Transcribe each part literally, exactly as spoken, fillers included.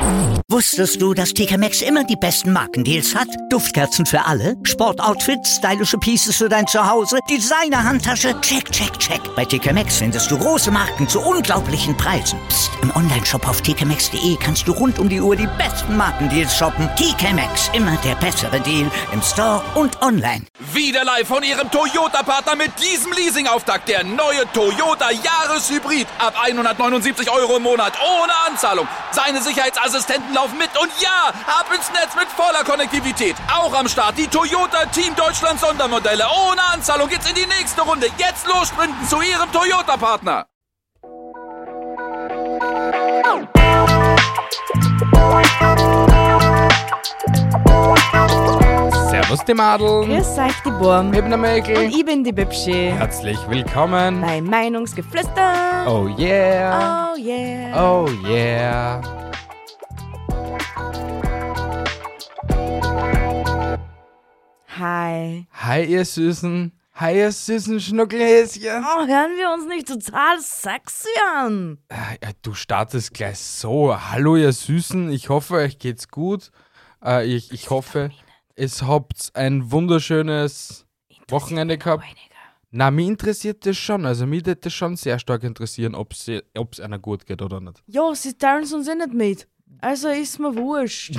Wusstest du, dass T K Maxx immer die besten Markendeals hat? Duftkerzen für alle, Sportoutfits, stylische Pieces für dein Zuhause, Designer-Handtasche, check, check, check. Bei T K Maxx findest du große Marken zu unglaublichen Preisen. Psst. Im Onlineshop auf t k maxx punkt d e kannst du rund um die Uhr die besten Markendeals shoppen. T K Maxx, immer der bessere Deal im Store und online. Wieder live von Ihrem Toyota-Partner mit diesem Leasing-Auftakt. Der neue Toyota Jahreshybrid. Ab hundertneunundsiebzig Euro im Monat. Ohne Anzahlung. Seine Sicherheitsassistenten laufen mit. Und ja, ab ins Netz mit voller Konnektivität. Auch am Start die Toyota Team Deutschland Sondermodelle. Ohne Anzahlung geht's in die nächste Runde. Jetzt los sprinten zu Ihrem Toyota-Partner. Servus die Madeln. Grüß euch die Burm. Ich bin der Mäkel. Und ich bin die Bibschi. Herzlich willkommen Bei Meinungsgeflüster. Oh yeah. Oh yeah. Oh yeah. Hi. Hi ihr Süßen. Hi ihr süßen Schnuckelhäschen. Oh, hören wir uns nicht total sexy an? Äh, du startest gleich so. Hallo ihr Süßen. Ich hoffe, euch geht's gut. Äh, ich, ich hoffe, es habt ein wunderschönes Wochenende gehabt. Na, mich interessiert das schon. Also mich würde das schon sehr stark interessieren, ob es einer gut geht oder nicht. Ja, sie teilen es uns eh nicht mit. Also ist mir wurscht.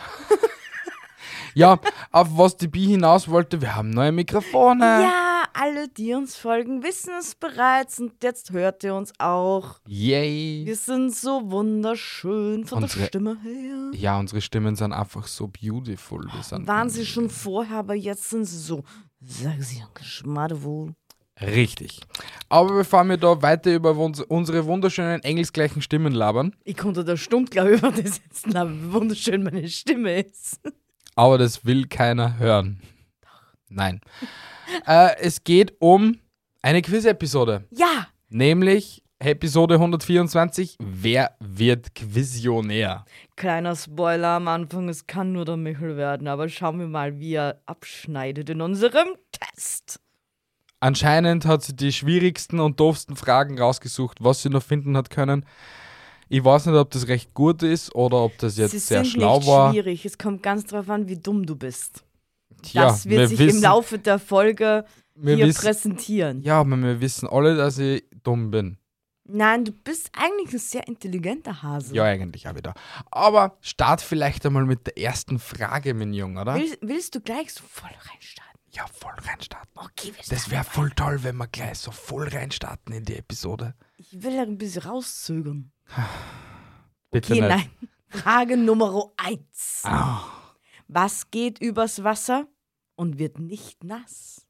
Ja, auf was die Bi hinaus wollte, wir haben neue Mikrofone. Ja, alle, die uns folgen, wissen es bereits und jetzt hört ihr uns auch. Yay. Wir sind so wunderschön von Unsere- der Stimme her. Ja, unsere Stimmen sind einfach so beautiful. Wir sind Waren sie schon vorher, aber jetzt sind sie so sexy und geschmadewohl. Richtig. Aber bevor wir da weiter über uns, unsere wunderschönen engelsgleichen Stimmen labern, Ich konnte da Stunde, glaube ich, über das sitzen, aber wie wunderschön meine Stimme ist. aber das will keiner hören. Nein. äh, es geht um eine Quiz-Episode. Ja, Nämlich Episode hundertvierundzwanzig. Wer wird Quizionär? kleiner Spoiler am Anfang, es kann nur der Michel werden, aber schauen wir mal, wie er abschneidet in unserem Test. Anscheinend hat sie die schwierigsten und doofsten Fragen rausgesucht, was sie noch finden hat können. Ich weiß nicht, ob das recht gut ist oder ob das jetzt Sie sehr sind schlau nicht war. schwierig, es kommt ganz drauf an, wie dumm du bist. Ja, Das wird wir sich wissen, im Laufe der Folge wir hier wissen, präsentieren. ja, aber wir wissen alle, dass ich dumm bin. Nein, du bist eigentlich ein sehr intelligenter Hase. Ja, eigentlich auch wieder. Aber start vielleicht einmal mit der ersten Frage, mein Junge, oder? Willst, willst du gleich so voll reinstarten? Ja, voll reinstarten. Okay, wir Das wäre voll toll, wenn wir gleich so voll reinstarten in die Episode. Ich will ja ein bisschen rauszögern. Bitte Okay, nicht. nein. Frage Nummer eins. Ah. Was geht übers Wasser und wird nicht nass?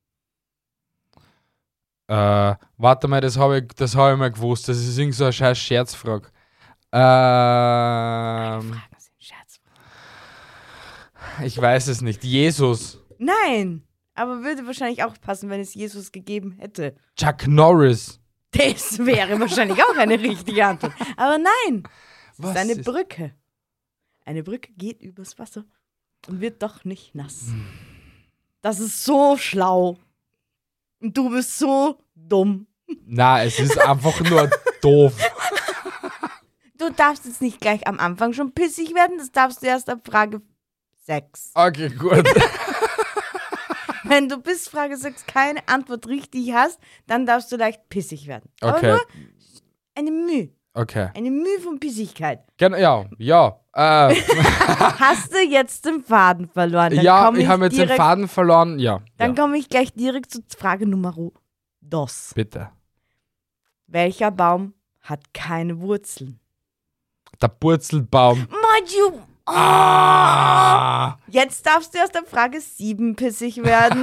Äh, warte mal, das habe ich, das hab ich mal gewusst. Das ist irgend so eine scheiß Scherzfrage. Ähm, Fragen sind Scherzfragen. ich weiß es nicht. Jesus. Nein, aber würde wahrscheinlich auch passen, wenn es Jesus gegeben hätte. Chuck Norris. Das wäre wahrscheinlich auch eine richtige Antwort. Aber nein, es Was ist eine ist- Brücke. Eine Brücke geht übers Wasser und wird doch nicht nass. Das ist so schlau. Und du bist so dumm. Na, es ist einfach nur doof. Du darfst jetzt nicht gleich am Anfang schon pissig werden, das darfst du erst ab Frage sechs. Okay, gut. Wenn du bis Frage sechs keine Antwort richtig hast, dann darfst du leicht pissig werden. Aber Okay. nur eine Mühe. Okay. Eine Mühe von Pissigkeit. Genau, ja, ja. Äh, Hast du jetzt den Faden verloren? Dann ja, komm ich habe jetzt den direkt- Faden verloren. Ja, Dann ja. komme ich gleich direkt zu Frage Nummer dos. Bitte. Welcher Baum hat keine Wurzeln? Der Purzelbaum. Maju! Oh. Ah! Jetzt darfst du erst ab Frage sieben pissig werden.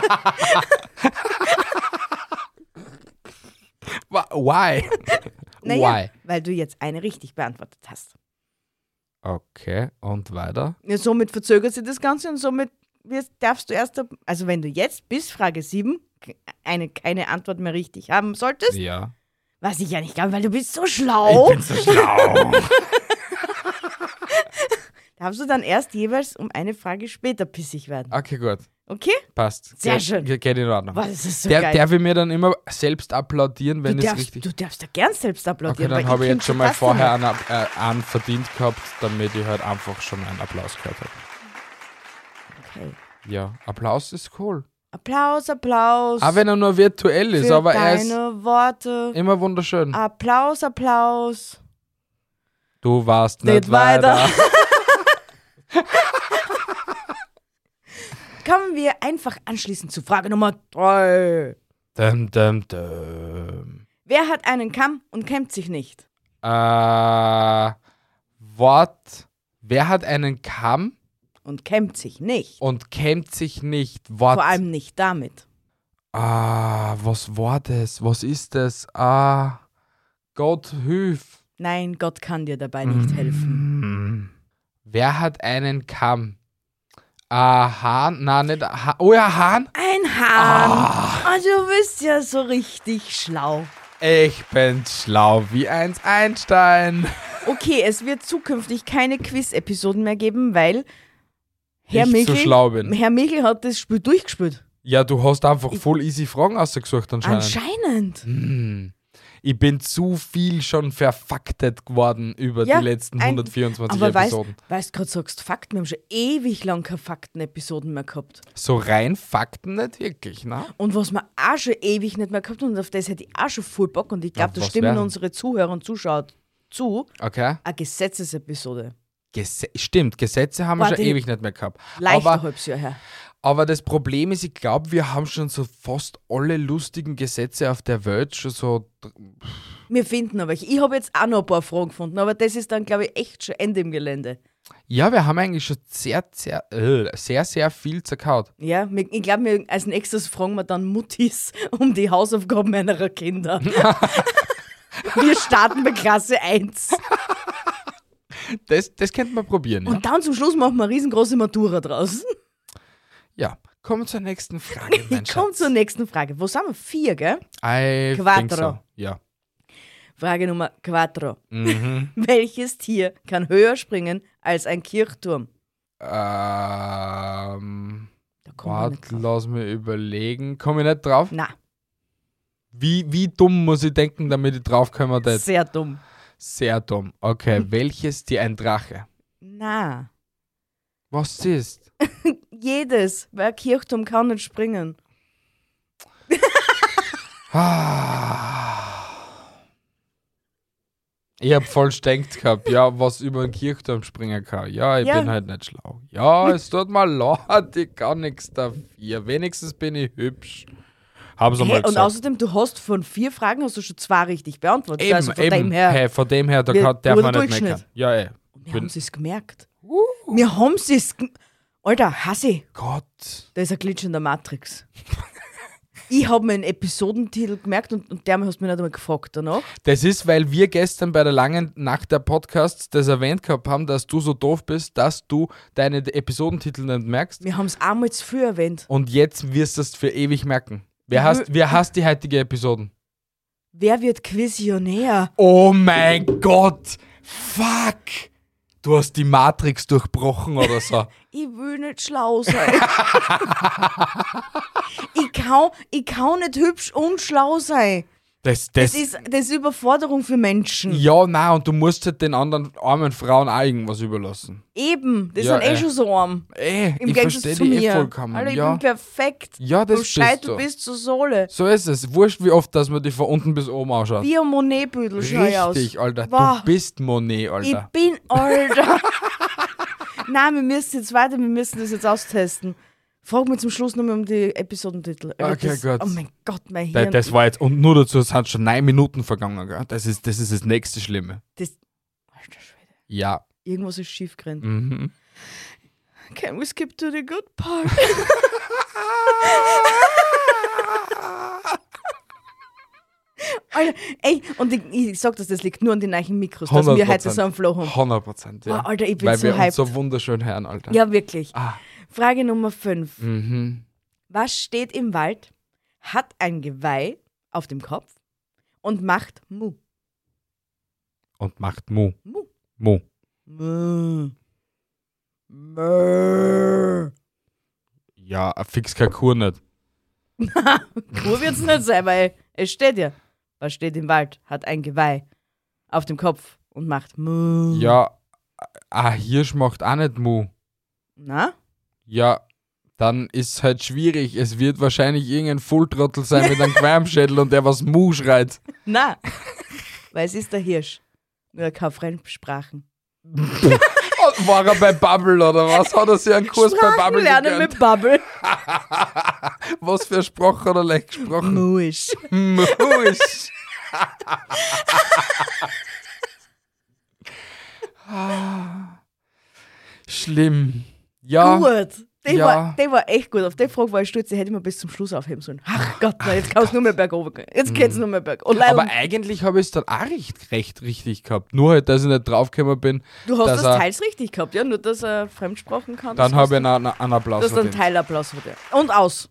Wa- Why? Naja, Why? weil du jetzt eine richtig beantwortet hast. Okay, und weiter? Ja, somit verzögert sich das Ganze und somit wirst, darfst du erst, ab, also wenn du jetzt bis Frage sieben eine, keine Antwort mehr richtig haben solltest, Ja. was ich ja nicht glaube, weil du bist so schlau. Ich bin so schlau. Da darfst du dann erst jeweils um eine Frage später pissig werden. Okay, gut. Okay? Passt. Sehr Ge schön. ge geht in Ordnung. Boah, das ist so der, geil. Darf ich mir dann immer selbst applaudieren, wenn du, es darfst, richtig... du darfst da gern selbst Okay, applaudieren. dann weil habe ich kenn jetzt schon mal das vorher nicht. einen, äh, einen verdient gehabt, damit ich halt einfach schon einen Applaus gehört habe. Okay. Ja, Applaus ist cool. Applaus, Applaus. Auch wenn er nur virtuell ist, für aber er deine ist Worte. immer wunderschön. Applaus, Applaus. Du warst Nicht nicht weiter. weiter. Kommen wir einfach anschließend zu Frage Nummer drei. Dum, dum, dum. Wer hat einen Kamm und kämmt sich nicht? Äh, Wort. Wer hat einen Kamm Und kämmt sich nicht. und kämmt sich nicht? Wort. Vor allem nicht damit. Ah, was war das? Was ist das? Ah, Gott hilf. Nein, Gott kann dir dabei nicht helfen. Hm. Wer hat einen Kamm? Ah, Hahn? Nein, nicht Hahn. Oh ja, Hahn? Ein Hahn. Oh, du bist ja so richtig schlau. Ich bin schlau wie eins Einstein. Okay, es wird zukünftig keine Quiz-Episoden mehr geben, weil Herr ich Michel, so schlau bin. Herr Michel hat das Spiel durchgespielt. Ja, du hast einfach voll easy Fragen ausgesucht anscheinend. Anscheinend. Hm. Ich bin zu viel schon verfaktet geworden über Ja, die letzten ein- hundertvierundzwanzig Aber weißt Episoden. du gerade sagst, Fakten, wir haben schon ewig lang keine Fakten-Episoden mehr gehabt. So rein Fakten nicht wirklich, ne? Und was wir auch schon ewig nicht mehr gehabt haben, und auf das hätte ich auch schon voll Bock, und ich Ja, glaube, da was stimmen wär? unsere Zuhörer und Zuschauer zu, Okay. eine Gesetzesepisode. Gese Stimmt, Gesetze haben wir Warte, schon ewig nicht mehr gehabt. Leicht ein Aber, halbes Jahr her. aber das Problem ist, ich glaube, wir haben schon so fast alle lustigen Gesetze auf der Welt schon so. Wir finden aber, ich, ich habe jetzt auch noch ein paar Fragen gefunden, aber das ist dann, glaube ich, echt schon Ende im Gelände. Ja, wir haben eigentlich schon sehr, sehr, äh, sehr, sehr viel zerkaut. Ja, wir- ich glaube, wir- als nächstes fragen wir dann Muttis um die Hausaufgaben ihrer Kinder. Wir starten bei Klasse eins. Das, das könnte man probieren, ja. Und dann zum Schluss machen wir eine riesengroße Matura draus. Ja, kommen wir zur nächsten Frage, mein Ich komme Schatz. zur nächsten Frage. Wo sind wir? Vier, gell? I think Quattro. so. Ja. Frage Nummer quattro. Mhm. Welches Tier kann höher springen als ein Kirchturm? ähm, Da kommen wir nicht warte, drauf. lass mir überlegen. Komme ich nicht drauf? Na, Wie, wie dumm muss ich denken, damit ich drauf komme? Das sehr dumm. sehr dumm. Okay, welches Tier? Ein Drache. Na, Was ist? jedes, weil ein Kirchturm kann nicht springen. Ich hab voll denkt gehabt, ja, was über den Kirchturm springen kann. Ja, ich Ja. bin halt nicht schlau. Ja, es tut mir leid, ich kann nichts dafür. Wenigstens bin ich hübsch. Hab's einmal Hey, und gesagt. außerdem, du hast von vier Fragen hast du schon zwei richtig beantwortet. Eben, also von eben. dem her. Hey, von dem her, da Wir- kann, darf nur man der nicht meckern. Durchschnitt. Ja, ey. Wir bin- haben es gemerkt. Wir haben es. Alter, Hassi, Gott. da ist ein Glitch in der Matrix. Ich habe mir einen Episodentitel gemerkt und, und der hast mich nicht einmal gefragt danach. Das ist, weil wir gestern bei der langen Nacht der Podcasts das erwähnt gehabt haben, dass du so doof bist, dass du deine Episodentitel nicht merkst. Wir haben es einmal zu früh erwähnt. Und jetzt wirst du es für ewig merken. Wer Ich hast, will- wer hasst die heutige Episoden? Wer wird Quizionär? Oh mein Gott! Fuck! Du hast die Matrix durchbrochen oder so. Ich will nicht schlau sein. ich, kann, ich kann nicht hübsch und schlau sein. Das, Das das, ist, das ist Überforderung für Menschen. ja, nein, und du musst halt den anderen armen Frauen auch irgendwas überlassen. Eben, das Ja, sind eh äh. schon so arm. Ey, Im ich Gegensatz verstehe zu die eh mir. vollkommen. Alter, ich ja. bin perfekt. ja, das Du Scheit, bist du du. bist zur Sohle. So ist es. Wurscht, wie oft, dass man die von unten bis oben ausschaut. Wie ein Monet-Büdel schau ich aus. Richtig, Alter. Wow. Du bist Monet, Ich Alter. bin, Alter. Nein, wir müssen jetzt weiter, wir müssen das jetzt austesten. Frag mich zum Schluss nochmal um die Episodentitel. Alter, Okay, das, gut. Oh mein Gott, mein Da- Hirn. Das war jetzt, und nur dazu sind schon neun Minuten vergangen, gell? Das ist, das ist das nächste Schlimme. das, Alter Schwede. Ja. Irgendwas ist schief gerannt. Mhm. Can we skip to the good part? Alter, ey, und ich, ich sag das, das liegt nur an den neuen Mikros, dass wir heute so einen Flow haben. hundert Prozent, ja. Oh, Alter, ich bin Weil so wir uns hyped. so wunderschön hören, Alter. Ja, wirklich. Ah. Frage Nummer fünf. Mhm. Was steht im Wald, hat ein Geweih auf dem Kopf und macht Mu? Und macht Mu. Mu. Mu. Mu. Mö. Ja, fix keine Kur nicht. Kur wird's nicht sein, weil es steht ja. Was steht im Wald, hat ein Geweih auf dem Kopf und macht Mu. Ja, ein Hirsch macht auch nicht Mu. Na? Ja, dann ist es halt schwierig. Es wird wahrscheinlich irgendein Volltrottel sein mit einem Qualmschädel und der was Mu schreit. Na, weil es ist der Hirsch. Nur keine Fremdsprachen. War er bei Bubble oder was? Hat er sich einen Kurs bei Sprachen Bubble lernen gegönnt? mit Bubble. Was für Sprache hat er leicht gesprochen? Muisch. Muisch. Schlimm. Ja. Gut. Der, Ja. war, der war echt gut. Auf die Frage war ich stolz, die hätte ich mir bis zum Schluss aufheben sollen. Ach Gott, nein, jetzt kann es nur mehr bergoben gehen. Jetzt geht's nur mehr berg. Oh, Aber eigentlich habe ich es dann auch recht, recht richtig gehabt. Nur halt, dass ich nicht draufgekommen bin. du hast dass das er- teils richtig gehabt, ja? Nur, dass er Fremdsprachen kann. Dann das habe ich hast einen, einen du- Applaus Das ist ein verdient. Teilapplaus für dich. Und aus.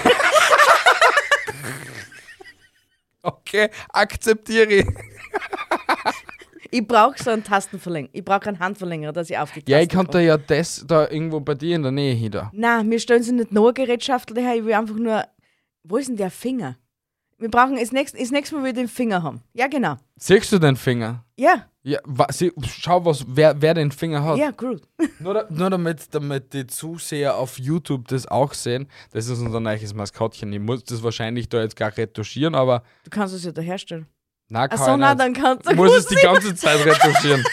Okay, akzeptiere ich. Ich brauche so einen Tastenverlängerer. Ich brauche einen Handverlängerer, dass ich auf die Taste Ja, ich kann komme. da ja das da irgendwo bei dir in der Nähe hin da. Nein, wir stellen sie nicht noch Gerätschaften daher. Ich will einfach nur. Wo ist denn der Finger? Wir brauchen das nächste, das nächste Mal, wir den Finger haben. Ja, genau. Siehst du den Finger? Ja, Ja, wa, sie, schau, was, wer, wer den Finger hat. ja, gut. Nur, da, nur damit, damit die Zuseher auf YouTube das auch sehen. Das ist unser neues Maskottchen. Ich muss das wahrscheinlich da jetzt gar retuschieren, aber Du kannst es ja da herstellen. nein, kann Achso, ich nein, nicht. dann kannst du. Ich muss es die ganze Zeit retuschieren.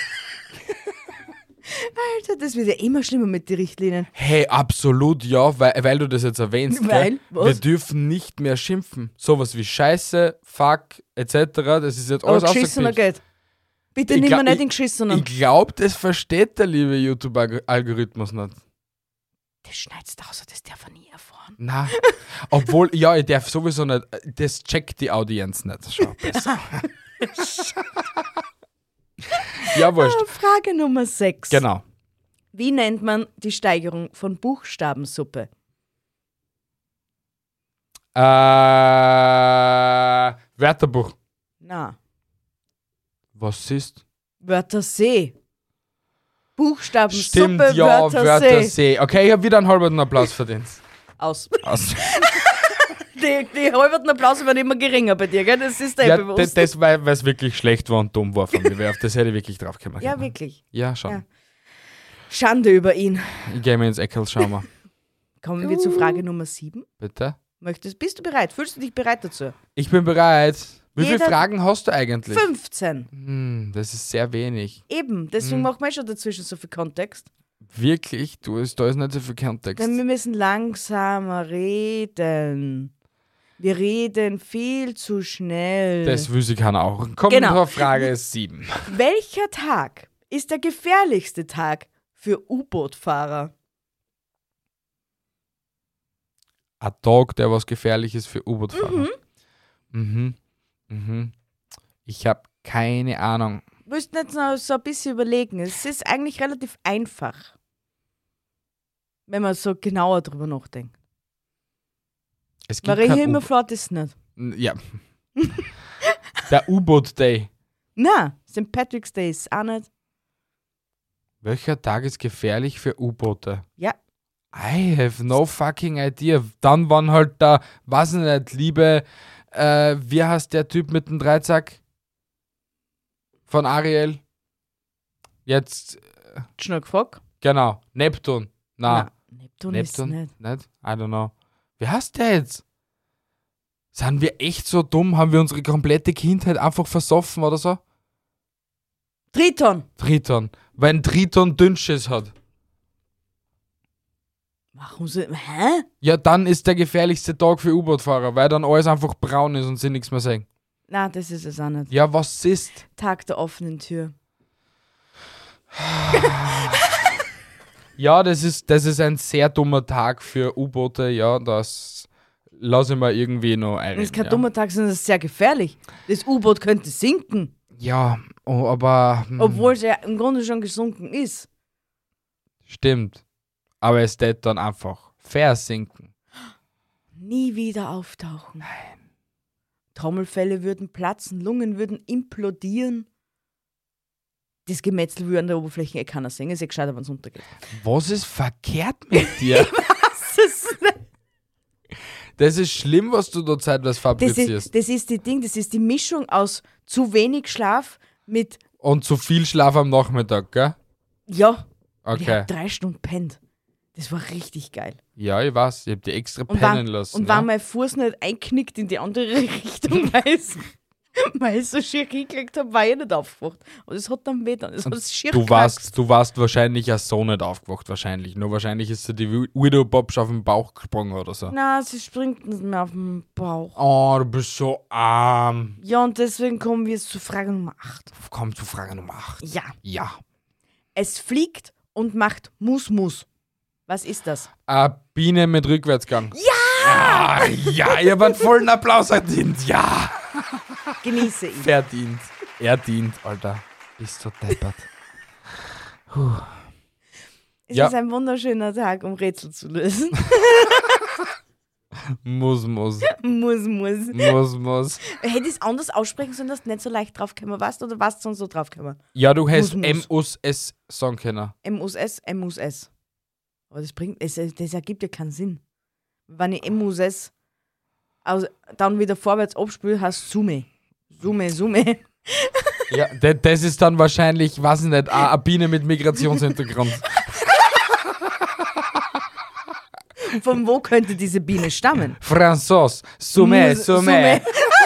Alter, das wird ja immer schlimmer mit den Richtlinien. Hey, absolut ja, weil, weil du das jetzt erwähnst. Weil? Gell? Was? Wir dürfen nicht mehr schimpfen. Sowas wie Scheiße, Fuck, et cetera. Das ist jetzt Aber alles geschissener ausgepiept. geht. Bitte Ich nimm mir glaub- nicht den geschissenen. Ich glaube, das versteht der liebe YouTube-Algorithmus nicht. Das schneidest du aus, das darf er nie erfahren. Na, obwohl, ja, ich darf sowieso nicht, das checkt die Audienz nicht. Schau, besser. Ja, wurscht. Frage Nummer sechs. Genau. Wie nennt man die Steigerung von Buchstabensuppe? Äh, Wörterbuch. Na, Was ist? Wörtersee. Buchstabensuppe, Stimmt, ja, Wörtersee. Wörtersee. Okay, ich habe wieder einen halben Applaus verdient. Aus. Aus. Die, die halben Applaus werden immer geringer bei dir, gell? Das ist dir Ja, bewusst. das, das weil es wirklich schlecht war und dumm war von mir. weil Auf das hätte ich wirklich drauf gekommen. ja, wirklich. Ja, schon. Ja. Schande über ihn. Ich gehe mir ins Eckel, schau mal. Kommen wir zu Frage Nummer sieben. Bitte? Möchtest, bist du bereit? Fühlst du dich bereit dazu? Ich bin bereit. Wie viele Jeder- Fragen hast du eigentlich? fünfzehn. Hm, das ist sehr wenig. Eben, deswegen Hm. machen wir schon dazwischen so viel Kontext. Wirklich? Du, ist, da ist nicht so viel Kontext. Denn wir müssen langsamer reden. Wir reden viel zu schnell. Das wüsste ich keiner auch. Kommen Genau. wir zur Frage sieben. Welcher Tag ist der gefährlichste Tag für U-Boot-Fahrer? Ein Tag, der was gefährlich ist für U-Boot-Fahrer. Mhm. Mhm. Ich habe keine Ahnung. Du musst nicht so, so ein bisschen überlegen. Es ist eigentlich relativ einfach, wenn man so genauer drüber nachdenkt. Es gibt Marie kein Himmelfahrt ist nicht. U- Ja. Der U-Boot-Day. Na, Sankt Patrick's Day ist auch nicht. Welcher Tag ist gefährlich für U-Boote? Ja. I have no fucking idea. Dann waren halt da, weiß ich nicht, liebe, äh, wie heißt der Typ mit dem Dreizack? Von Ariel? Jetzt, Schnell gefragt? genau, Neptun. Na, Na, Neptun, Neptun? ist nicht. Nicht? I don't know. Wie heißt der jetzt? Sind wir echt so dumm? Haben wir unsere komplette Kindheit einfach versoffen oder so? Triton. Triton. Wenn Triton Dünnschiss hat. Warum so? Hä? Ja, dann ist der gefährlichste Tag für U-Boot-Fahrer, weil dann alles einfach braun ist und sie nichts mehr sehen. Na, das ist es auch nicht. Ja, was ist? Tag der offenen Tür. Ja, das ist, das ist ein sehr dummer Tag für U-Boote. Ja, das lasse ich mir irgendwie noch ein. Das ist kein ja. dummer Tag, sondern es ist sehr gefährlich. Das U-Boot könnte sinken, Ja, oh, aber. hm, obwohl es ja im Grunde schon gesunken ist. Stimmt. Aber es wird dann einfach versinken. Nie wieder auftauchen. Nein. Trommelfälle würden platzen, Lungen würden implodieren. das Gemetzel will an der Oberfläche eh keiner sehen. Ist eh gescheiter, wenn es untergeht. Was ist verkehrt mit dir? Das ist, Das ist schlimm, was du da zeitweise das, fabrizierst. ist, das ist die Ding, das ist die Mischung aus zu wenig Schlaf mit, Und zu viel Schlaf am Nachmittag, gell? ja, ich Okay. hab drei Stunden pennt. Das war richtig geil. Ja, ich weiß. Ich hab die extra Und, pennen war, lassen. und ja. wenn mein Fuß nicht einknickt in die andere Richtung, weil es weil ich so schier hingelegt habe, war ich nicht aufgewacht. Und es hat dann weh dann. Es hat schier Du geknackt. warst, du warst wahrscheinlich auch so nicht aufgewacht, wahrscheinlich. Nur wahrscheinlich ist dir die Weirdo-Bobsch auf den Bauch gesprungen oder so. Nein, sie springt nicht mehr auf den Bauch. Oh, du bist so arm. Ja, und deswegen kommen wir jetzt zu Frage Nummer acht. Komm zu Frage Nummer acht. Ja. Ja. Es fliegt und macht Mus-Mus. Was ist das? Eine Biene mit Rückwärtsgang. Ja! Ah, ja, ihr habt einen vollen Applaus verdient. Ja! Genieße ihn. Verdient. Er dient, Alter. Bist du deppert. Es Ja. ist ein wunderschöner Tag, um Rätsel zu lösen. Muss, muss. muss, muss. Muss, muss. Hätte ich es anders aussprechen sollen, dass du nicht so leicht draufkommen warst oder warst du sonst so draufgekommen? Ja, du hast Muss, muss. M U S sagen können. M-U-S, M-U-S. Aber das bringt, es, das ergibt ja keinen Sinn. Wenn ich M-U-S also dann wieder vorwärts abspüle, heißt Summe. Summe, Summe. Ja, de- das ist dann wahrscheinlich, weiß ich nicht, eine Biene mit Migrationshintergrund. Von wo könnte diese Biene stammen? François, Summe, Mus- Summe.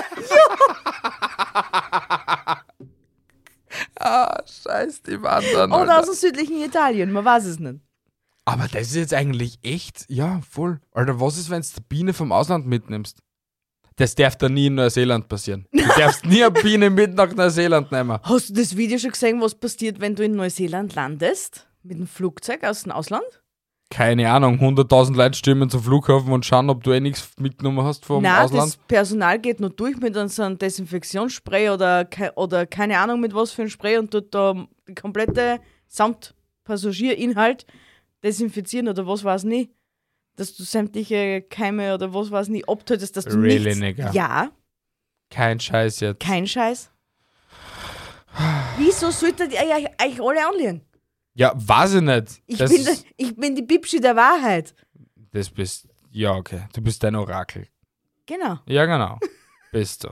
Ah, scheiß die Wandern. Oder Alter. aus dem südlichen Italien, man weiß es nicht. Aber das ist jetzt eigentlich echt, ja, voll. Alter, was ist, wenn du die Biene vom Ausland mitnimmst? Das darf da nie in Neuseeland passieren. Du darfst nie eine Biene mit nach Neuseeland nehmen. Hast du das Video schon gesehen, was passiert, wenn du in Neuseeland landest? Mit einem Flugzeug aus dem Ausland? Keine Ahnung, hunderttausend Leute stürmen zum Flughafen und schauen, ob du eh nichts mitgenommen hast vom Nein, Ausland. das Personal geht nur durch mit so einem Desinfektionsspray oder, ke- oder keine Ahnung mit was für ein Spray und tut da die komplette samt Passagierinhalt desinfizieren oder was weiß nicht. Dass du sämtliche Keime oder was weiß nicht abtötest, dass du Really, nichts... nigga? Ja, Kein Scheiß jetzt. kein Scheiß. Wieso solltet ihr euch euch alle anlegen? Ja, weiß ich nicht. Ich das, bin, der, ich bin die Bibschi der Wahrheit. das bist, ja okay, du bist ein Orakel. Genau. Ja genau, bist du.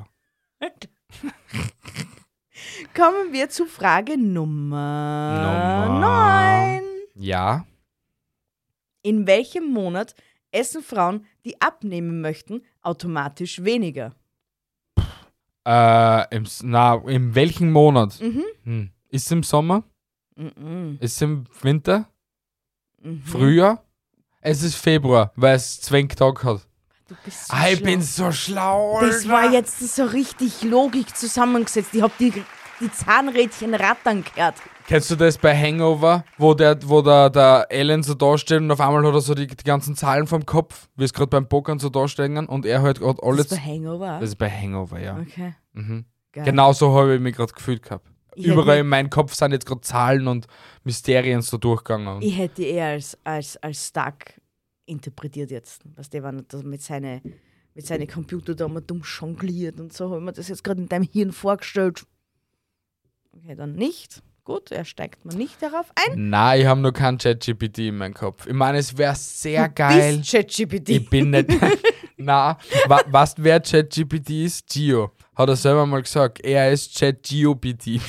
Kommen wir zu Frage Nummer, Nummer- neun. Ja, In welchem Monat essen Frauen, die abnehmen möchten, automatisch weniger? äh, im, S- na, in welchem Monat? Mhm. Hm. Ist es im Sommer? Mhm. Ist es im Winter? Mhm. Frühjahr? Es ist Februar, weil es zwanzig Tage hat. Du bist so Ah, ich schlau. bin so schlau, Das Alter. war jetzt so richtig Logik zusammengesetzt. Ich hab die, die Zahnrädchen rattern gehört. Kennst du das bei Hangover, wo der, wo der, der Alan so dasteht und auf einmal hat er so die, die ganzen Zahlen vom Kopf, wie es gerade beim Pokern so dastehen und er halt gerade Das alles. ist bei Hangover. Das ist bei Hangover, ja. Okay, Mhm. geil. Genau so habe ich mich gerade gefühlt gehabt. Ich hätte Überall mich- in meinem Kopf sind jetzt gerade Zahlen und Mysterien so durchgegangen. Ich hätte ihn eher als, als, als stark interpretiert jetzt. Was der war nicht, dass mit seinen mit seine Computer da mal dumm jongliert und so. Habe ich mir das jetzt gerade in deinem Hirn vorgestellt. Okay, dann nicht. Gut, er steigt mal nicht darauf ein. Nein, ich habe noch kein ChatGPT in meinem Kopf. Ich meine, es wäre sehr Du geil. bist ChatGPT. Ich bin nicht. Na, wa, weißt du, wer ChatGPT ist? Gio. Hat er selber mal gesagt. Er ist ChatGPT.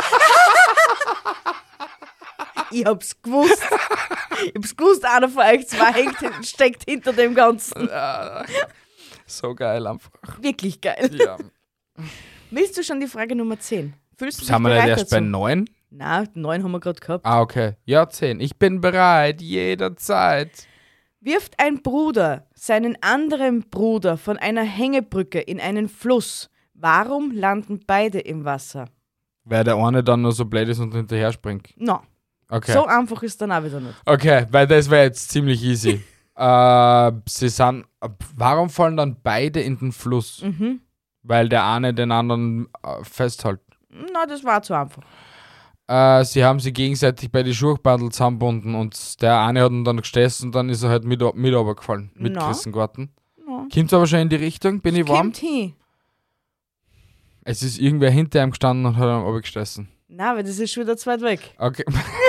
Ich hab's gewusst. Ich hab's gewusst, einer von euch zwei hängt, steckt hinter dem Ganzen. So geil einfach. Wirklich geil. Ja. Willst du schon die Frage Nummer zehn? Fühlst du dich Sind wir nicht bereit erst bei dazu? neun? Nein, neun haben wir gerade gehabt. Ah, okay. Ja, zehn. Ich bin bereit, jederzeit. Wirft ein Bruder seinen anderen Bruder von einer Hängebrücke in einen Fluss, warum landen beide im Wasser? Weil der eine dann nur so blöd ist und hinterher springt. No, Okay. so einfach ist dann auch wieder nicht. Okay, weil das wäre jetzt ziemlich easy. äh, sie sind. Warum fallen dann beide in den Fluss? Mhm. Weil der eine den anderen äh, festhält. Na, das war zu einfach. Äh, sie haben sich gegenseitig bei die Schuhbandel zusammengebunden und der eine hat ihn dann gestessen und dann ist er halt mit, mit runtergefallen. Mit Na. Christengarten. No. Kommt aber schon in die Richtung? Bin ich warm? Kommt hin. Es ist irgendwer hinter ihm gestanden und hat ihn runtergestessen. Nein, weil das ist schon wieder zu weit weg. Okay.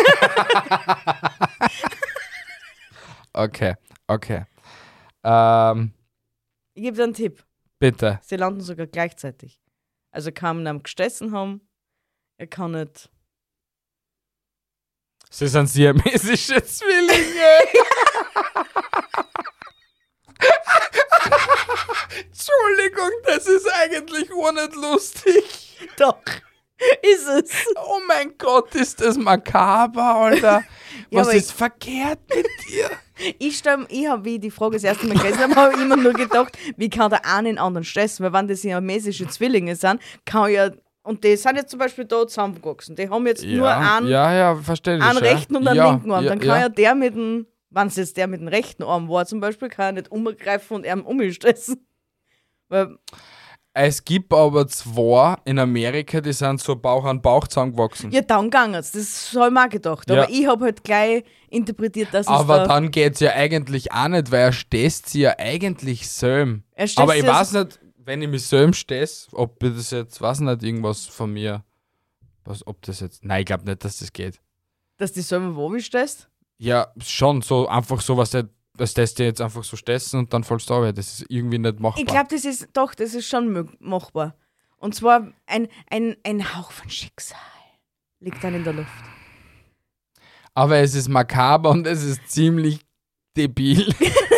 okay, okay. Ähm, Ich gebe dir einen Tipp. bitte. Sie landen sogar gleichzeitig. Also kann man ihn gestessen haben, er kann nicht. Sie sind siamesische Zwillinge. Entschuldigung, das ist eigentlich auch nicht lustig. Doch, ist es. Oh mein Gott, ist das makaber, Alter. Ja, Was aber ist verkehrt mit dir? Ich, stell, ich habe, wie ich die Frage das erste Mal gelesen habe, habe ich immer nur gedacht, wie kann der eine den anderen stressen? Weil wenn das siamesische Zwillinge sind, kann ja, und die sind jetzt zum Beispiel da zusammengewachsen, die haben jetzt nur einen, ja, ja, verstehe ich. einen rechten und einen ja, linken Arm. ja, Dann kann ja, ja der mit dem, wenn es jetzt der mit dem rechten Arm war zum Beispiel, kann er nicht umgreifen und ihn umstressen. Weil, Es gibt aber zwei in Amerika, die sind so Bauch an Bauch zusammengewachsen. ja, dann ging es. Das habe ich mir auch gedacht. Aber Ja. ich habe halt gleich interpretiert, dass es Aber da... dann geht's ja eigentlich auch nicht, weil er stößt sie ja eigentlich selm. Er stößt Aber ich sie weiß nicht, wenn ich mich selm stöß, ob ich das jetzt, weiß nicht, irgendwas von mir, was, ob das jetzt, nein, ich glaube nicht, dass das geht. dass die selber wo wie stehst. Ja, schon, so einfach so, was der, dass das dir jetzt einfach so stessen und dann fallst du runter. Das ist irgendwie nicht machbar. Ich glaube, das ist doch, das ist schon mög- machbar. Und zwar ein, ein, ein Hauch von Schicksal liegt dann in der Luft. Aber es ist makaber und es ist ziemlich debil.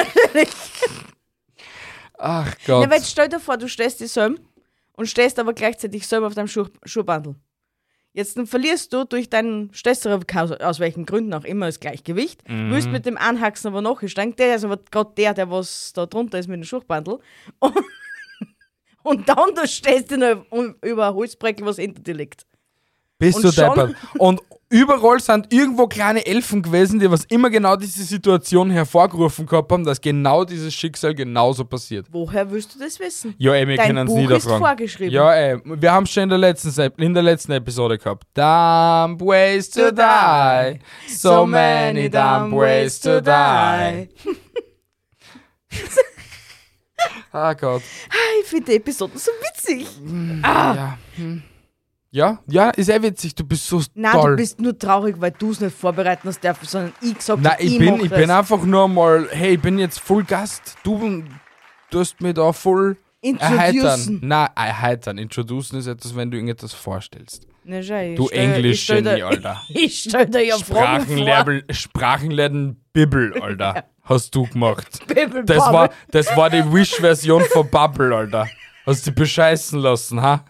Ach Gott. Ja, weil jetzt stell dir vor, du stehst die Söm und stehst aber gleichzeitig selber auf deinem Schuh, Schuhbandel. Jetzt dann verlierst du durch deinen Stesserer, aus welchen Gründen auch immer, das Gleichgewicht. Mhm. Willst mit dem Anhaxen aber nachsteigen. Der ist aber gerade der, der was da drunter ist mit dem Schuhbandel. Und, und dann du stehst du noch um- über ein Holzbreckel, was hinter dir liegt. Bist Und du schon- deppert. Und überall sind irgendwo kleine Elfen gewesen, die was immer genau diese Situation hervorgerufen gehabt haben, dass genau dieses Schicksal genauso passiert. Woher willst du das wissen? Ja, ey, wir Dein können es Buch ist niederfragen. vorgeschrieben. Ja, ey, wir haben es schon in der, letzten, Se- in der letzten Episode gehabt. Dumb ways to die. So many dumb ways to die. Ah Gott. Ich finde die Episode so witzig. Ja. Hm. ja, ja, ist eh witzig. Du bist so Nein, toll. du bist nur traurig, weil du es nicht vorbereiten hast dürfen, sondern ich gesagt Nein, habe, ich, ich bin, mach ich das. bin einfach nur mal, hey, ich bin jetzt voll Gast. Du tust mich da voll erheitern. Introducen. Nein, erheitern. Introducen ist etwas, wenn du irgendetwas vorstellst. Na, schau, ich Du stell- ich stell Englisch-Genie, dir- Alter. Ich stell dir ja Fragen vor. Sprachenlernen, Sprachenlernen Bibel, Alter. Hast du gemacht. Bibel, Das Bubble. war, das war die Wish-Version von Bubble, Alter. Hast dich bescheißen lassen, ha?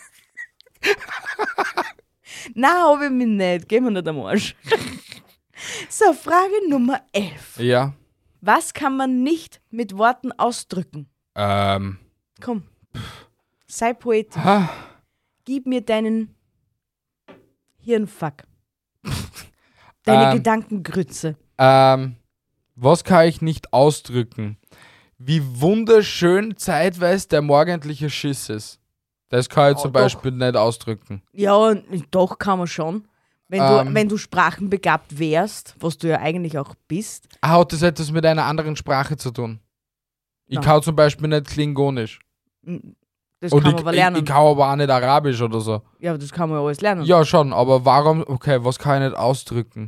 Nein, hab ich mich nicht. Geh mir nicht am Arsch. So, Frage Nummer elf. Ja. Was kann man nicht mit Worten ausdrücken? Ähm. Komm, sei poetisch. Ha. Gib mir deinen Hirnfuck. Deine Ähm. Gedankengrütze. Ähm. Was kann ich nicht ausdrücken? Wie wunderschön zeitweise der morgendliche Schiss ist. Das kann ich Oh, zum doch. Beispiel nicht ausdrücken. Ja, doch kann man schon. Wenn, Ähm. du, wenn du sprachenbegabt wärst, was du ja eigentlich auch bist. Ah, hat das etwas mit einer anderen Sprache zu tun? Ich Nein. kann zum Beispiel nicht Klingonisch. Das Und kann ich, man aber ich, lernen. ich kann aber auch nicht Arabisch oder so. Ja, das kann man ja alles lernen. Ja, schon, aber warum, okay, was kann ich nicht ausdrücken?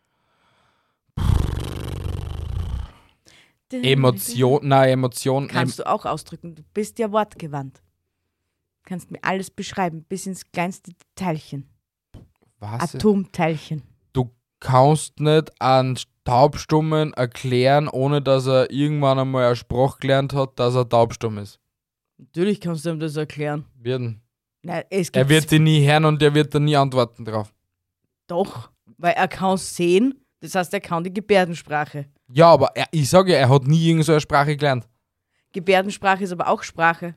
Emotion, nein, Emotion. Kannst du auch ausdrücken. Du bist ja wortgewandt. Kannst mir alles beschreiben, bis ins kleinste Teilchen. Was? Atomteilchen. Du kannst nicht einen Taubstummen erklären, ohne dass er irgendwann einmal eine Sprache gelernt hat, dass er taubstumm ist. Natürlich kannst du ihm das erklären. Werden. Nein, es Er gibt wird dich nie hören und er wird da nie antworten drauf. doch, weil er kann sehen, das heißt, er kann die Gebärdensprache. Ja, aber er, ich sage ja, er hat nie irgend so eine Sprache gelernt. Gebärdensprache ist aber auch Sprache.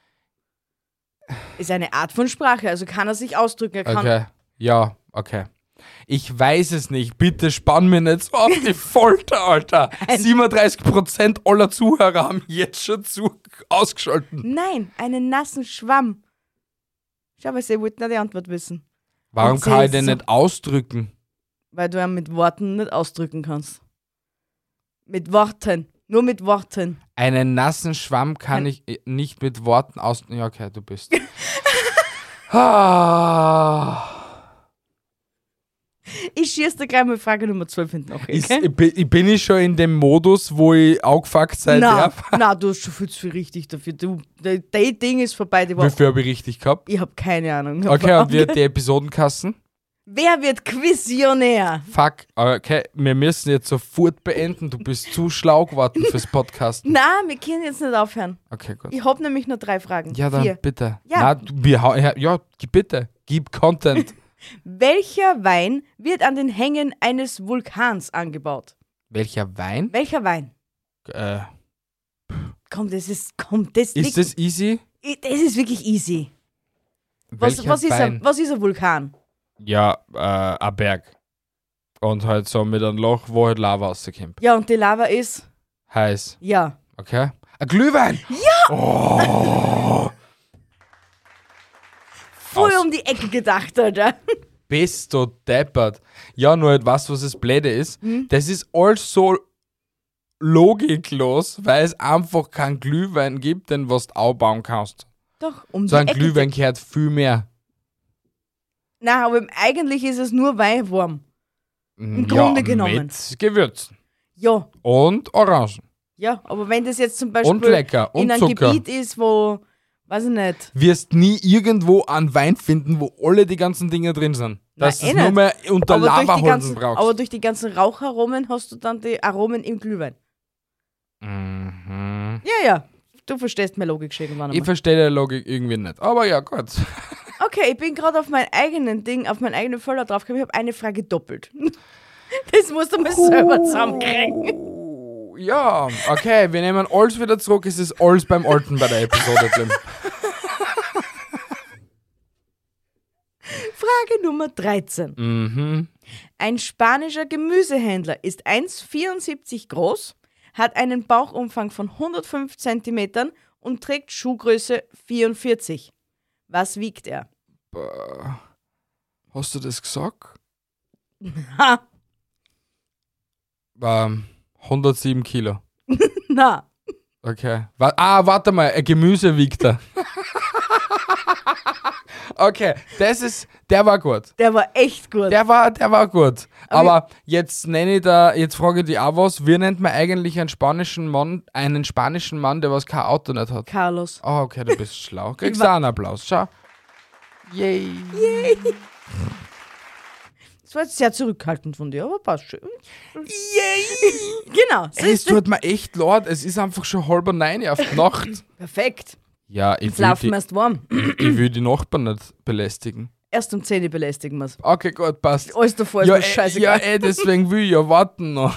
Ist eine Art von Sprache, also kann er sich ausdrücken. Er kann, Okay, ja, okay. Ich weiß es nicht. Bitte spann mir nicht so auf die Folter, Alter. siebenunddreißig Prozent aller Zuhörer haben jetzt schon zu ausgeschaltet. Nein, einen nassen Schwamm. Schau, weil sie wollten ja die Antwort wissen. Warum Und kann ich sie den so- nicht ausdrücken? Weil du ihn mit Worten nicht ausdrücken kannst. Mit Worten. Nur mit Worten. Einen nassen Schwamm kann Kann- ich äh, nicht mit Worten aus... Ja, okay, du bist. ah, Ich schieße dir gleich mal Frage Nummer zwölf hinten noch. Ist, Okay? ich, bin- ich bin ich schon in dem Modus, wo ich angefuckt sein Nein, darf? nein, du hast schon viel zu viel richtig dafür. Du, dein dein Ding ist vorbei, die Wie Woche. viel habe ich richtig gehabt? Ich habe keine Ahnung. Ich hab Okay, und keine- wir die Episodenkassen? Wer wird Quizionär? Fuck, okay, wir müssen jetzt sofort beenden. Du bist zu schlau geworden fürs Podcast. Nein, wir können jetzt nicht aufhören. Okay, gut. Ich habe nämlich nur drei Fragen. Ja, dann Vier. bitte. Ja. Na, du- wir, hau- ja, ja, gib bitte. Gib Content. Welcher Wein wird an den Hängen eines Vulkans angebaut? Welcher Wein? Welcher Wein? Äh, Komm, das ist, komm, das, ist liegt, das easy? das ist wirklich easy. Was, Welcher was, ist Wein? ein, was ist ein Vulkan? Ja, äh, ein Berg. Und halt so mit einem Loch, wo halt Lava rauskommt. Ja, und die Lava ist? Heiß. Ja. Okay. Ein Glühwein! Ja! Oh, Voll Aus. um die Ecke gedacht, Alter. bist du deppert. Ja, nur halt was, was das Blöde ist. Hm? Das ist alles so logiklos, weil es einfach keinen Glühwein gibt, den was du auch bauen kannst. Doch, um So die ein Ecke. Glühwein gehört viel mehr. Nein, aber eigentlich ist es nur Weinwurm. Im Grunde genommen. Mit Gewürzen. Ja, Und Orangen. ja, aber wenn das jetzt zum Beispiel Und lecker. Und in einem Zucker. Gebiet ist, wo, weiß ich nicht, Wirst nie irgendwo einen Wein finden, wo alle die ganzen Dinge drin sind. Dass Nein, du eh es nur nicht. mehr unter aber durch, die Lavaholzen ganzen, brauchst. aber durch die ganzen Raucharomen hast du dann die Aromen im Glühwein. Mhm. Ja, ja, du verstehst meine Logik schon irgendwann Ich einmal. verstehe die Logik irgendwie nicht. Aber ja, gut. Okay, ich bin gerade auf mein eigenen Ding, auf meinen eigenen Folder draufgekommen. Ich habe eine Frage doppelt. Das musst du mir selber zusammenkriegen. Oh, ja, okay, wir nehmen alles wieder zurück. Es ist alles beim Alten bei der Episode drin. Frage Nummer dreizehn. Mhm. Ein spanischer Gemüsehändler ist eins Komma vierundsiebzig groß, hat einen Bauchumfang von hundertfünf Zentimetern und trägt Schuhgröße vierundvierzig. Was wiegt er? Hast du das gesagt? Ha, Ähm, hundertsieben Kilo. na, Okay. Wa- ah, warte mal, ein Gemüse wiegt er. Okay, das ist, der war gut. der war echt gut. Der war, der war gut. Aber Aber jetzt nenne ich da, jetzt frage ich dich auch was, wie nennt man eigentlich einen spanischen Mann, einen spanischen Mann, der was kein Auto nicht hat? Carlos. Oh, okay, du bist schlau. Kriegst Ich du wa- einen Applaus, schau. Yay. Das war jetzt sehr zurückhaltend von dir, aber passt schon. Yay. Genau, Es siehst du? tut mir echt leid, es ist einfach schon halb neun auf die Nacht. Perfekt. Ja, ich Jetzt will, laufen die, wir erst warm. ich will die Nachbarn nicht belästigen. Erst um zehn Uhr belästigen wir es. Okay, gut, passt. Alles davor ist Ja, mir eh, scheißegal. ja, eh, deswegen will ich ja warten noch.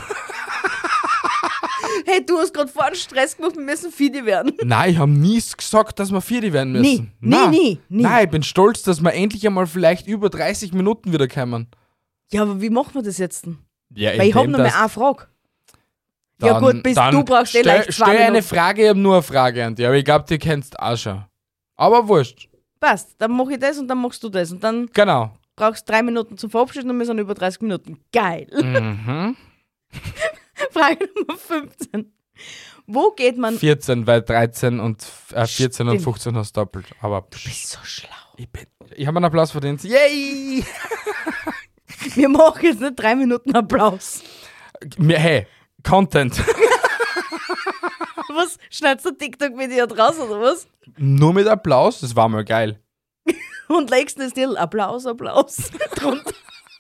Hey, du hast gerade vorhin Stress gemacht, wir müssen Fidi werden. Nein, ich habe nie gesagt, dass wir Vierte werden müssen. Nie, nie, Nein. nie, nie. Nein, ich bin stolz, dass wir endlich einmal vielleicht über dreißig Minuten wieder kommen. Ja, aber wie machen wir das jetzt denn? Ja, Weil ich habe noch mal eine Frage. Ja gut, bis du brauchst eh stell, leicht zwei Stell eine Minuten. Frage, ich habe nur eine Frage an dich, aber ich glaube, die kennst du auch schon. Aber wurscht. Passt, dann mache ich das und dann machst du das. Und dann Genau. brauchst du drei Minuten zum Verabschieden und wir sind über dreißig Minuten. Geil. Mhm. Frage Nummer fünfzehn. Wo geht man... vierzehn, weil dreizehn und äh, vierzehn und Stimmt. fünfzehn hast du doppelt. Aber Du bist so schlau. ich, bin- ich habe einen Applaus verdient. Yay! Wir machen jetzt nicht drei Minuten Applaus. Mir- Hey, Content. Was? Schneidest du TikTok-Video draus oder was? Nur mit Applaus, das war mal geil. Und legst das Still. Applaus, Applaus. drunter.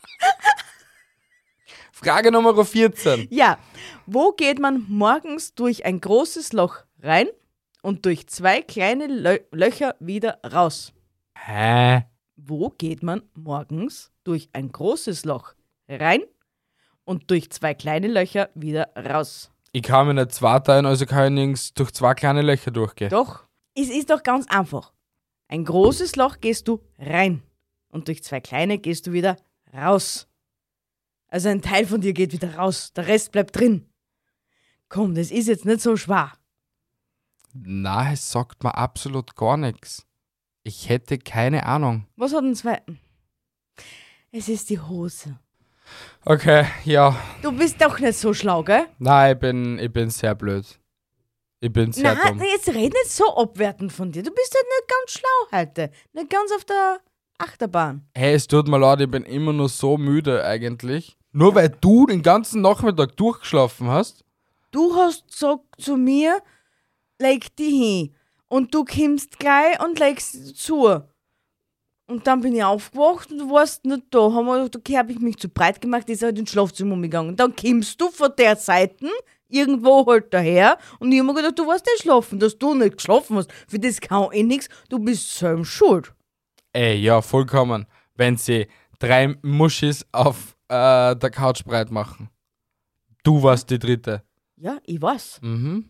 Frage Nummer vierzehn. Ja. Wo geht man morgens durch ein großes Loch rein und durch zwei kleine Lö Löcher wieder raus? Hä? Wo geht man morgens durch ein großes Loch rein und durch zwei kleine Löcher wieder raus? Ich kann mir nicht zwei teilen, also kann ich nirgends durch zwei kleine Löcher durchgehen. Doch, es ist doch ganz einfach. Ein großes Loch gehst du rein und durch zwei kleine gehst du wieder raus. Also ein Teil von dir geht wieder raus, der Rest bleibt drin. Komm, das ist jetzt nicht so schwer. Na, es sagt mir absolut gar nichts. Ich hätte keine Ahnung. Was hat den zweiten? Es ist die Hose. Okay, ja. Du bist doch nicht so schlau, gell? Nein, ich bin, ich bin sehr blöd. Ich bin sehr Nein, dumm. jetzt red nicht so abwertend von dir. Du bist halt nicht ganz schlau heute. Nicht ganz auf der Achterbahn. Hey, es tut mir leid, ich bin immer noch so müde eigentlich. Nur weil du den ganzen Nachmittag durchgeschlafen hast. Du hast gesagt zu mir, leg die hin. Und du kommst gleich und legst zu. Und dann bin ich aufgewacht und du warst nicht da. Haben wir gedacht, okay, habe ich mich zu breit gemacht, ist halt ins Schlafzimmer umgegangen. Und dann kommst du von der Seite irgendwo halt daher und ich habe mir gedacht, du warst nicht schlafen, dass du nicht geschlafen hast. Für das kann eh nichts, du bist selbst schuld. Ey, ja, vollkommen. Wenn sie drei Muschis auf äh, der Couch breit machen. Du warst die dritte. Ja, ich weiß. Mhm.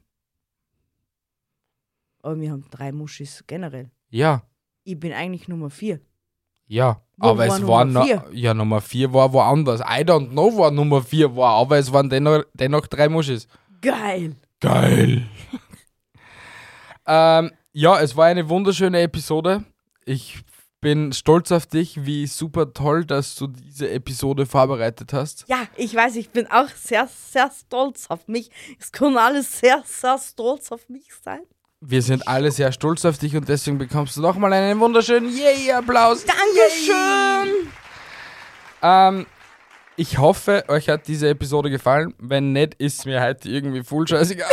Aber wir haben drei Muschis generell. Ja, Ich bin eigentlich Nummer vier. ja. Wo aber war es Nummer war noch. vier? Ja, Nummer vier war woanders. I don't know, war Nummer vier war, aber es waren dennoch, dennoch drei Muschis. Geil. Geil. ähm, ja, es war eine wunderschöne Episode. Ich bin stolz auf dich, wie super toll, dass du diese Episode vorbereitet hast. Ja, ich weiß, ich bin auch sehr, sehr stolz auf mich. Es können alle sehr, sehr stolz auf mich sein. Wir sind alle sehr stolz auf dich und deswegen bekommst du nochmal einen wunderschönen Yay-Applaus. Dankeschön. Ähm, ich hoffe, euch hat diese Episode gefallen. Wenn nicht, ist mir heute irgendwie voll scheißegal.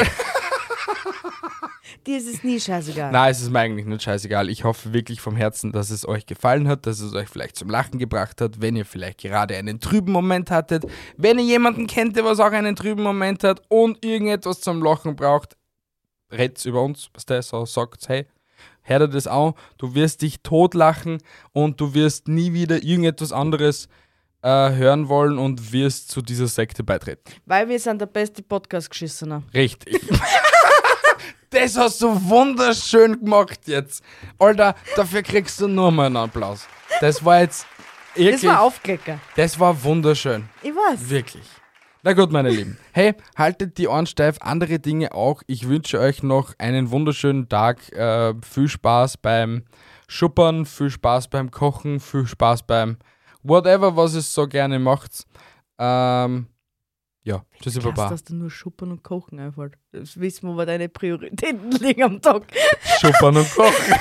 Dir ist es nie scheißegal. Nein, es ist mir eigentlich nicht scheißegal. Ich hoffe wirklich vom Herzen, dass es euch gefallen hat, dass es euch vielleicht zum Lachen gebracht hat, wenn ihr vielleicht gerade einen trüben Moment hattet, wenn ihr jemanden kennt, der was auch einen trüben Moment hat und irgendetwas zum Lachen braucht, red's über uns, was der so sagt, hey, hör dir das an, du wirst dich totlachen und du wirst nie wieder irgendetwas anderes äh, hören wollen und wirst zu dieser Sekte beitreten. Weil wir sind der beste Podcast-Geschissener. Richtig. Das hast du wunderschön gemacht jetzt. Alter, dafür kriegst du nur mal einen Applaus. Das war jetzt wirklich, Das war Aufklecker. das war wunderschön. Ich weiß. Wirklich. Na gut, meine Lieben. Hey, haltet die Ohren steif, andere Dinge auch. Ich wünsche euch noch einen wunderschönen Tag. Äh, viel Spaß beim Schuppern, viel Spaß beim Kochen, viel Spaß beim whatever, was ihr so gerne macht. Ähm, ja, tschüssi, Krass, Baba. dass du nur Schuppern und Kochen einfällt. Das wissen wir, wo deine Prioritäten liegen am Tag. Schuppern und Kochen.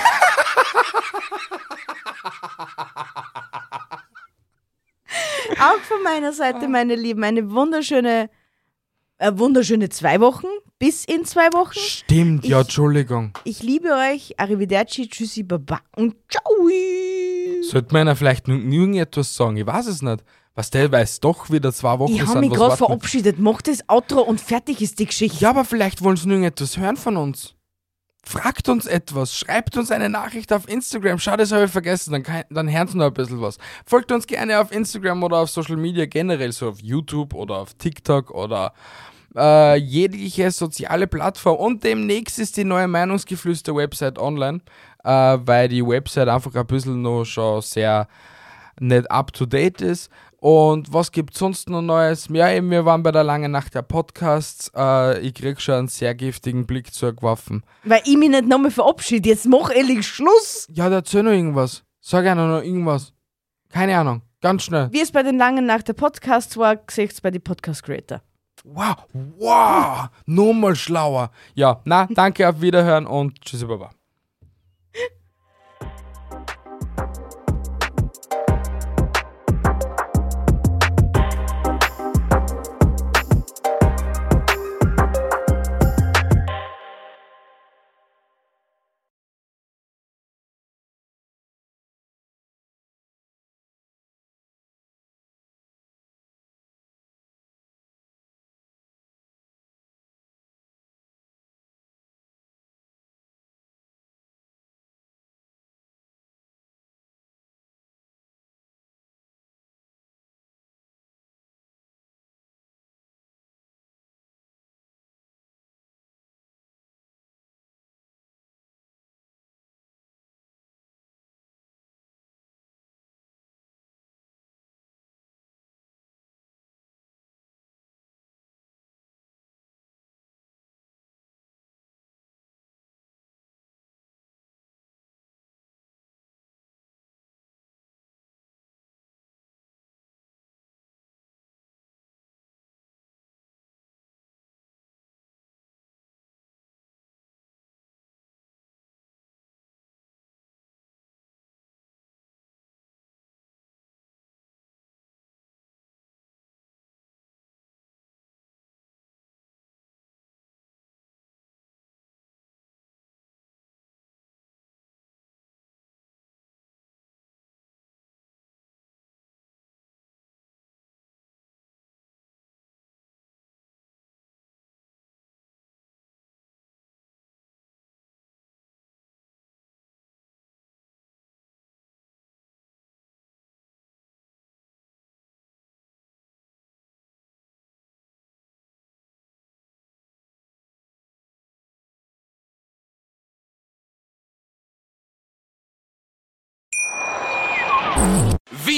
Auch von meiner Seite, meine Lieben, eine wunderschöne, äh, wunderschöne zwei Wochen. Bis in zwei Wochen. Stimmt, ja, Ich- Entschuldigung. Ich liebe euch. Arrivederci, tschüssi, baba und ciao. Sollte man vielleicht noch irgendetwas sagen? Ich weiß es nicht. Was der weiß doch wieder zwei Wochen Ich habe sind, mich was gerade warten wir? verabschiedet. Mach das Outro und fertig ist die Geschichte. Ja, aber vielleicht wollen sie nur irgendetwas hören von uns. Fragt uns etwas, schreibt uns eine Nachricht auf Instagram. Schau, das habe ich vergessen, dann, kann, dann hören sie noch ein bisschen was. Folgt uns gerne auf Instagram oder auf Social Media generell, so auf YouTube oder auf TikTok oder äh, jegliche soziale Plattform. Und demnächst ist die neue Meinungsgeflüster-Website online, äh, weil die Website einfach ein bisschen noch schon sehr nicht up-to-date ist. Und was gibt sonst noch Neues? Ja, eben, wir waren bei der langen Nacht der Podcasts. Äh, ich krieg schon einen sehr giftigen Blick zugeworfen. Weil ich mich nicht nochmal verabschiede. Jetzt mach ehrlich Schluss. Ja, erzähl noch irgendwas. Sag einer noch irgendwas. Keine Ahnung. Ganz schnell. Wie es bei den langen nach der Podcast war, seht's bei den Podcast Creator. Wow, wow, nur mal schlauer. Ja, na, danke, auf Wiederhören und tschüssi, Baba.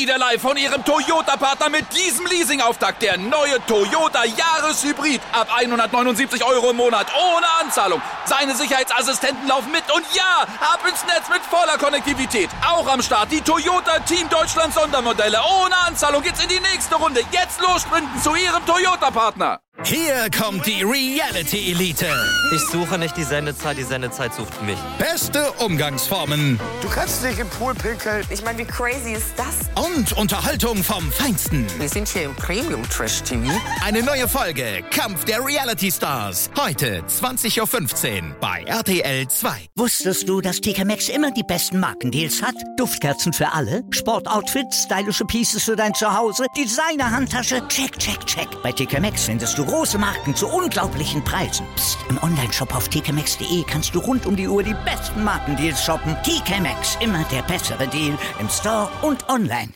Wieder live von Ihrem Toyota-Partner mit diesem Leasing-Auftakt. Der neue Toyota Jahreshybrid. Ab hundertneunundsiebzig Euro im Monat. Ohne Anzahlung. Seine Sicherheitsassistenten laufen mit. Und ja, ab ins Netz mit voller Konnektivität. Auch am Start die Toyota Team Deutschland Sondermodelle. Ohne Anzahlung geht's in die nächste Runde. Jetzt los sprinten zu Ihrem Toyota-Partner. Hier kommt die Reality-Elite. Ich suche nicht die Sendezeit, die Sendezeit sucht mich. Beste Umgangsformen. Du kannst nicht im Pool pinkeln. Ich meine, wie crazy ist das? Und Unterhaltung vom Feinsten. Wir sind hier im Premium-Trash-T V. Eine neue Folge Kampf der Reality-Stars. Heute zwanzig Uhr fünfzehn bei R T L zwei. Wusstest du, dass T K Maxx immer die besten Markendeals hat? Duftkerzen für alle, Sportoutfits, stylische Pieces für dein Zuhause, Designer-Handtasche, check, check, check. Bei T K Maxx findest du große Marken zu unglaublichen Preisen. Psst. Im Onlineshop auf t k maxx punkt d e kannst du rund um die Uhr die besten Markendeals shoppen. T K Maxx, immer der bessere Deal im Store und online.